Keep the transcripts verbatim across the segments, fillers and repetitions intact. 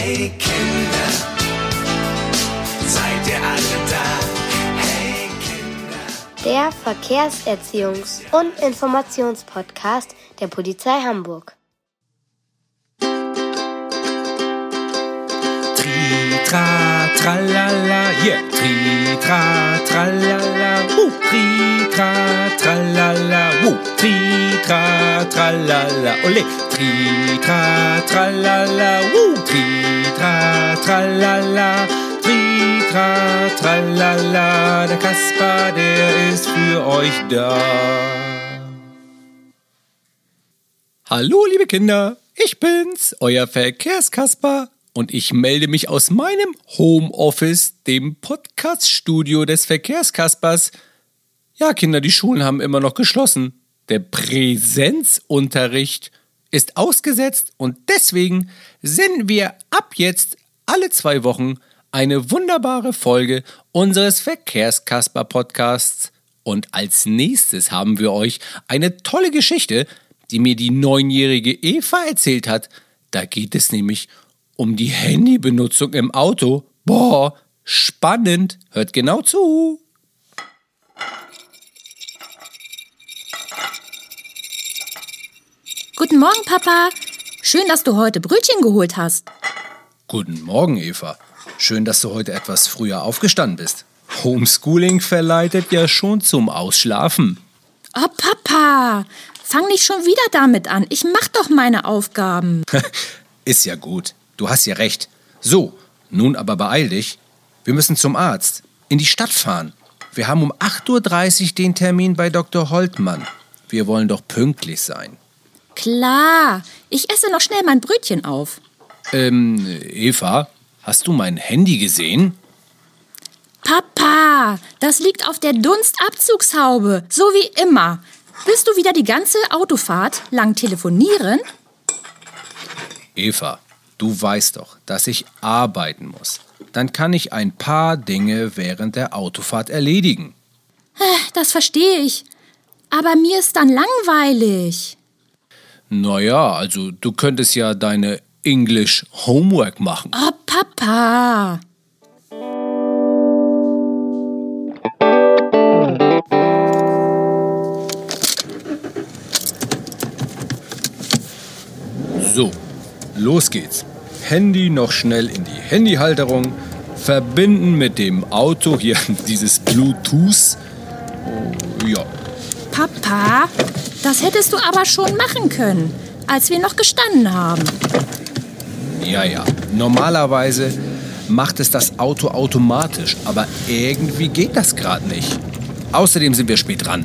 Hey Kinder, seid ihr alle da? Hey Kinder. Der Verkehrserziehungs- und Informationspodcast der Polizei Hamburg. Tri, tra, tralala, yeah. Tri, tra, tralala, uh. Tri, tra, tralala, uh. Tri, tra, tralala, ole. Tri, tra, tralala, uh. Tri, tra, tralala, tri, tra, tralala. Der Kasper, der ist für euch da. Hallo, liebe Kinder, ich bin's, euer Verkehrskasper. Und ich melde mich aus meinem Homeoffice, dem Podcast-Studio des Verkehrskaspers. Ja, Kinder, die Schulen haben immer noch geschlossen. Der Präsenzunterricht ist ausgesetzt und deswegen senden wir ab jetzt alle zwei Wochen eine wunderbare Folge unseres Verkehrskasper-Podcasts. Und als nächstes haben wir euch eine tolle Geschichte, die mir die neunjährige Eva erzählt hat. Da geht es nämlich um die Handybenutzung im Auto. Boah, spannend. Hört genau zu. Guten Morgen, Papa. Schön, dass du heute Brötchen geholt hast. Guten Morgen, Eva. Schön, dass du heute etwas früher aufgestanden bist. Homeschooling verleitet ja schon zum Ausschlafen. Oh, Papa, fang nicht schon wieder damit an. Ich mach doch meine Aufgaben. Ist ja gut. Du hast ja recht. So, nun aber beeil dich. Wir müssen zum Arzt. In die Stadt fahren. Wir haben um acht Uhr dreißig den Termin bei Doktor Holtmann. Wir wollen doch pünktlich sein. Klar. Ich esse noch schnell mein Brötchen auf. Ähm, Eva, hast du mein Handy gesehen? Papa, das liegt auf der Dunstabzugshaube. So wie immer. Willst du wieder die ganze Autofahrt lang telefonieren? Eva, du weißt doch, dass ich arbeiten muss. Dann kann ich ein paar Dinge während der Autofahrt erledigen. Das verstehe ich. Aber mir ist dann langweilig. Naja, also du könntest ja deine English Homework machen. Oh, Papa. So, los geht's. Handy noch schnell in die Handyhalterung, verbinden mit dem Auto, hier dieses Bluetooth. Oh, ja. Papa, das hättest du aber schon machen können, als wir noch gestanden haben. Ja, ja, normalerweise macht es das Auto automatisch, aber irgendwie geht das gerade nicht. Außerdem sind wir spät dran.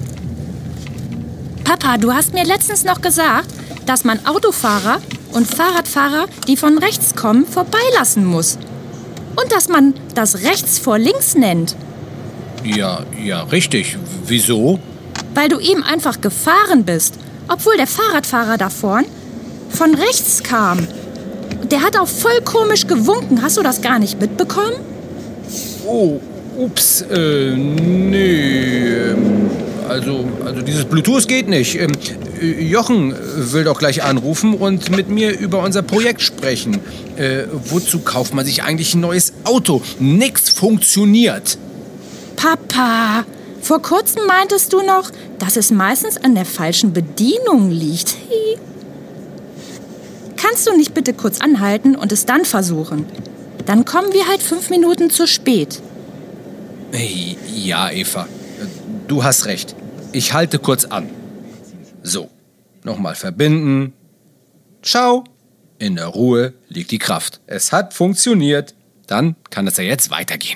Papa, du hast mir letztens noch gesagt, dass man Autofahrer und Fahrradfahrer, die von rechts kommen, vorbeilassen muss. Und dass man das rechts vor links nennt. Ja, ja, richtig. Wieso? Weil du eben einfach gefahren bist, obwohl der Fahrradfahrer da vorn von rechts kam. Der hat auch voll komisch gewunken. Hast du das gar nicht mitbekommen? Oh, ups, äh, nee. Also, also dieses Bluetooth geht nicht. Ähm, Jochen will doch gleich anrufen und mit mir über unser Projekt sprechen. Äh, wozu kauft man sich eigentlich ein neues Auto? Nix funktioniert. Papa, vor kurzem meintest du noch, dass es meistens an der falschen Bedienung liegt. Kannst du nicht bitte kurz anhalten und es dann versuchen? Dann kommen wir halt fünf Minuten zu spät. Hey, ja, Eva, du hast recht. Ich halte kurz an. So, nochmal verbinden. Ciao. In der Ruhe liegt die Kraft. Es hat funktioniert. Dann kann es ja jetzt weitergehen.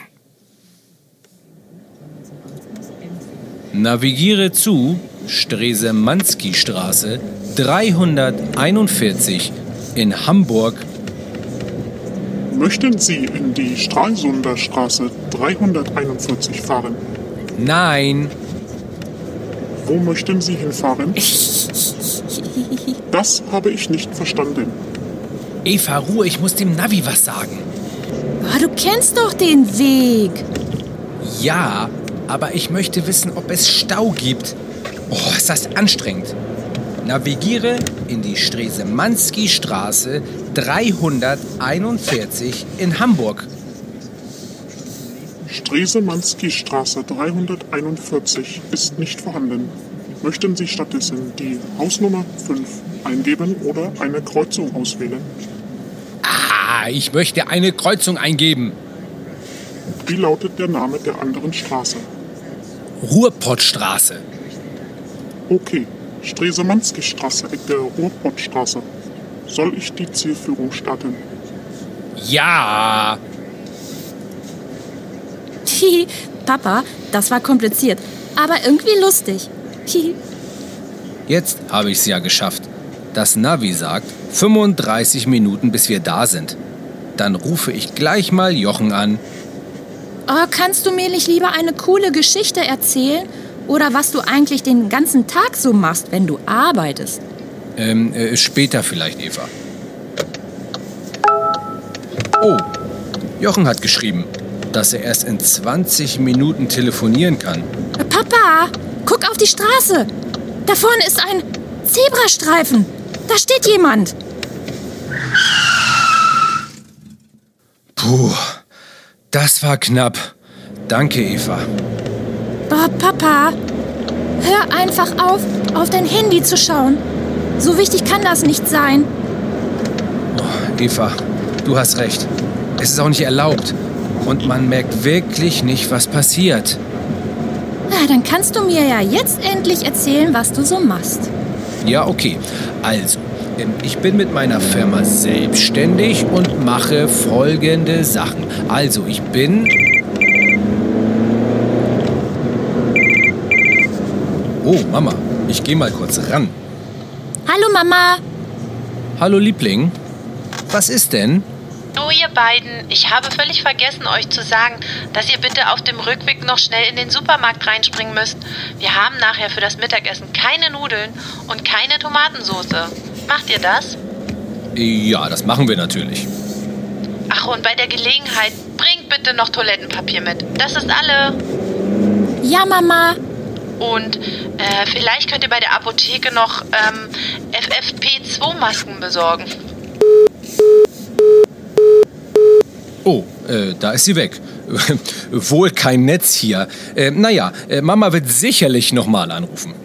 Navigiere zu Stresemanski-Straße dreihunderteinundvierzig in Hamburg. Möchten Sie in die Stralsunder Straße dreihunderteinundvierzig fahren? Nein. Wo möchten Sie hinfahren? Das habe ich nicht verstanden. Eva, Ruhe, ich muss dem Navi was sagen. Oh, du kennst doch den Weg. Ja, aber ich möchte wissen, ob es Stau gibt. Oh, ist das anstrengend. Navigiere in die Stresemanski-Straße dreihunderteinundvierzig in Hamburg. Stresemanski-Straße dreihunderteinundvierzig ist nicht vorhanden. Möchten Sie stattdessen die Hausnummer fünf eingeben oder eine Kreuzung auswählen? Ah, ich möchte eine Kreuzung eingeben. Wie lautet der Name der anderen Straße? Ruhrpottstraße. Okay, Stresemanski-Straße, Ecke Ruhrpottstraße. Soll ich die Zielführung starten? Ja. Hihi, Papa, das war kompliziert, aber irgendwie lustig. Hihi. Jetzt habe ich es ja geschafft. Das Navi sagt fünfunddreißig Minuten, bis wir da sind. Dann rufe ich gleich mal Jochen an. Oh, kannst du mir nicht lieber eine coole Geschichte erzählen? Oder was du eigentlich den ganzen Tag so machst, wenn du arbeitest? Ähm, äh, später vielleicht, Eva. Oh, Jochen hat geschrieben, dass er erst in zwanzig Minuten telefonieren kann. Papa, guck auf die Straße. Da vorne ist ein Zebrastreifen. Da steht jemand. Puh, das war knapp. Danke, Eva. Oh, Papa, hör einfach auf, auf dein Handy zu schauen. So wichtig kann das nicht sein. Oh, Eva, du hast recht. Es ist auch nicht erlaubt. Und man merkt wirklich nicht, was passiert. Na, dann kannst du mir ja jetzt endlich erzählen, was du so machst. Ja, okay. Also, ähm, ich bin mit meiner Firma selbstständig und mache folgende Sachen. Also, ich bin... Oh, Mama, ich gehe mal kurz ran. Hallo, Mama. Hallo, Liebling. Was ist denn? Oh, ihr beiden, ich habe völlig vergessen, euch zu sagen, dass ihr bitte auf dem Rückweg noch schnell in den Supermarkt reinspringen müsst. Wir haben nachher für das Mittagessen keine Nudeln und keine Tomatensauce. Macht ihr das? Ja, das machen wir natürlich. Ach, und bei der Gelegenheit, bringt bitte noch Toilettenpapier mit. Das ist alle. Ja, Mama. Und äh, vielleicht könnt ihr bei der Apotheke noch ähm, F F P zwei Masken besorgen. Oh, äh, da ist sie weg. Wohl kein Netz hier. Äh, naja, äh, Mama wird sicherlich nochmal anrufen.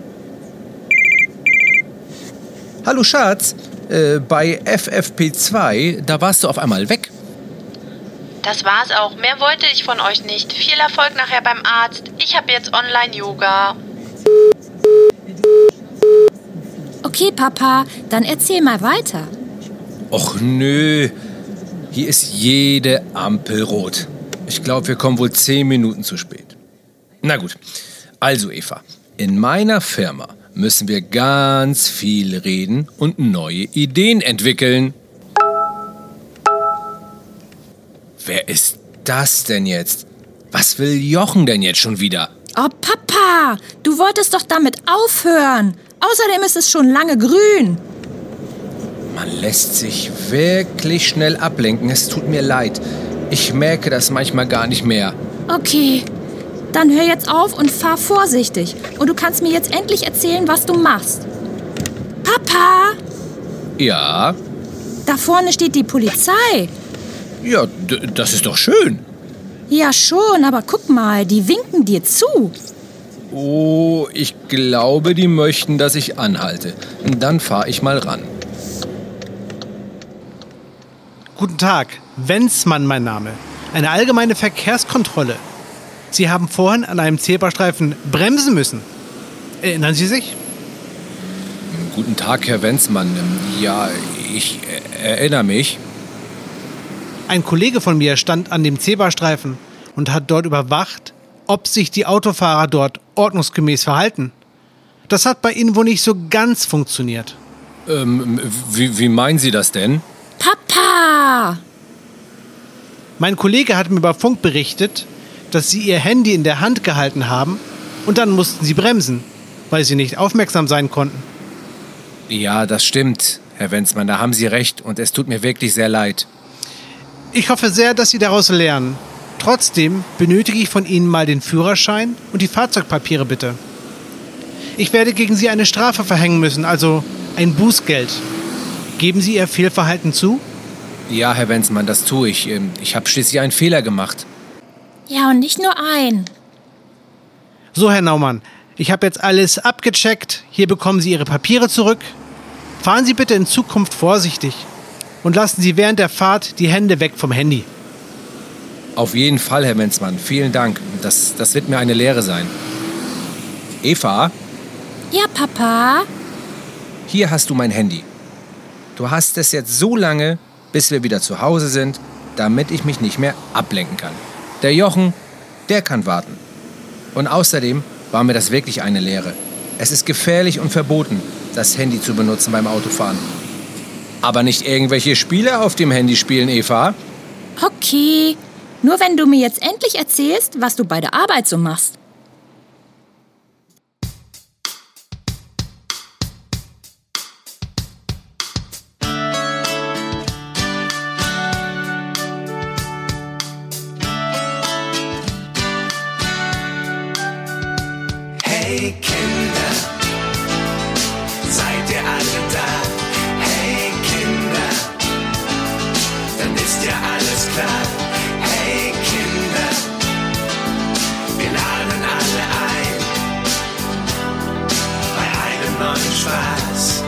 Hallo Schatz, äh, bei F F P zwei, da warst du auf einmal weg. Das war's auch. Mehr wollte ich von euch nicht. Viel Erfolg nachher beim Arzt. Ich habe jetzt Online-Yoga. Okay, Papa, dann erzähl mal weiter. Och nö, hier ist jede Ampel rot. Ich glaube, wir kommen wohl zehn Minuten zu spät. Na gut, also Eva, in meiner Firma müssen wir ganz viel reden und neue Ideen entwickeln. Wer ist das denn jetzt? Was will Jochen denn jetzt schon wieder? Oh, Papa, du wolltest doch damit aufhören. Außerdem ist es schon lange grün. Man lässt sich wirklich schnell ablenken. Es tut mir leid. Ich merke das manchmal gar nicht mehr. Okay, dann hör jetzt auf und fahr vorsichtig. Und du kannst mir jetzt endlich erzählen, was du machst. Papa, Ja, da vorne steht die Polizei. ja, d- das ist doch schön. Ja schon, aber guck mal, die winken dir zu. Oh, ich glaube, die möchten, dass ich anhalte. Dann fahre ich mal ran. Guten Tag, Wenzmann mein Name. Eine allgemeine Verkehrskontrolle. Sie haben vorhin an einem Zebrastreifen bremsen müssen. Erinnern Sie sich? Guten Tag, Herr Wenzmann. Ja, ich äh, erinnere mich. Ein Kollege von mir stand an dem Zebrastreifen und hat dort überwacht, ob sich die Autofahrer dort ordnungsgemäß verhalten. Das hat bei Ihnen wohl nicht so ganz funktioniert. Ähm, wie, wie meinen Sie das denn? Papa! Mein Kollege hat mir über Funk berichtet, dass Sie Ihr Handy in der Hand gehalten haben und dann mussten Sie bremsen, weil Sie nicht aufmerksam sein konnten. Ja, das stimmt, Herr Wenzmann, da haben Sie recht und es tut mir wirklich sehr leid. Ich hoffe sehr, dass Sie daraus lernen. Trotzdem benötige ich von Ihnen mal den Führerschein und die Fahrzeugpapiere bitte. Ich werde gegen Sie eine Strafe verhängen müssen, also ein Bußgeld. Geben Sie Ihr Fehlverhalten zu? Ja, Herr Wenzmann, das tue ich. Ähm, Ich habe schließlich einen Fehler gemacht. Ja, und nicht nur ein. So, Herr Naumann, ich habe jetzt alles abgecheckt. Hier bekommen Sie Ihre Papiere zurück. Fahren Sie bitte in Zukunft vorsichtig und lassen Sie während der Fahrt die Hände weg vom Handy. Auf jeden Fall, Herr Wenzmann. Vielen Dank. Das, das wird mir eine Lehre sein. Eva, Ja, Papa? hier hast du mein Handy. Du hast es jetzt so lange, bis wir wieder zu Hause sind, damit ich mich nicht mehr ablenken kann. Der Jochen, der kann warten. Und außerdem war mir das wirklich eine Lehre. Es ist gefährlich und verboten, das Handy zu benutzen beim Autofahren. Aber nicht irgendwelche Spiele auf dem Handy spielen, Eva. Okay. Nur wenn du mir jetzt endlich erzählst, was du bei der Arbeit so machst. Hey Kinder, seid ihr alle da? Hey Kinder, dann ist ja alles klar. Hey Kinder, wir laden alle ein bei einem neuen Spaß.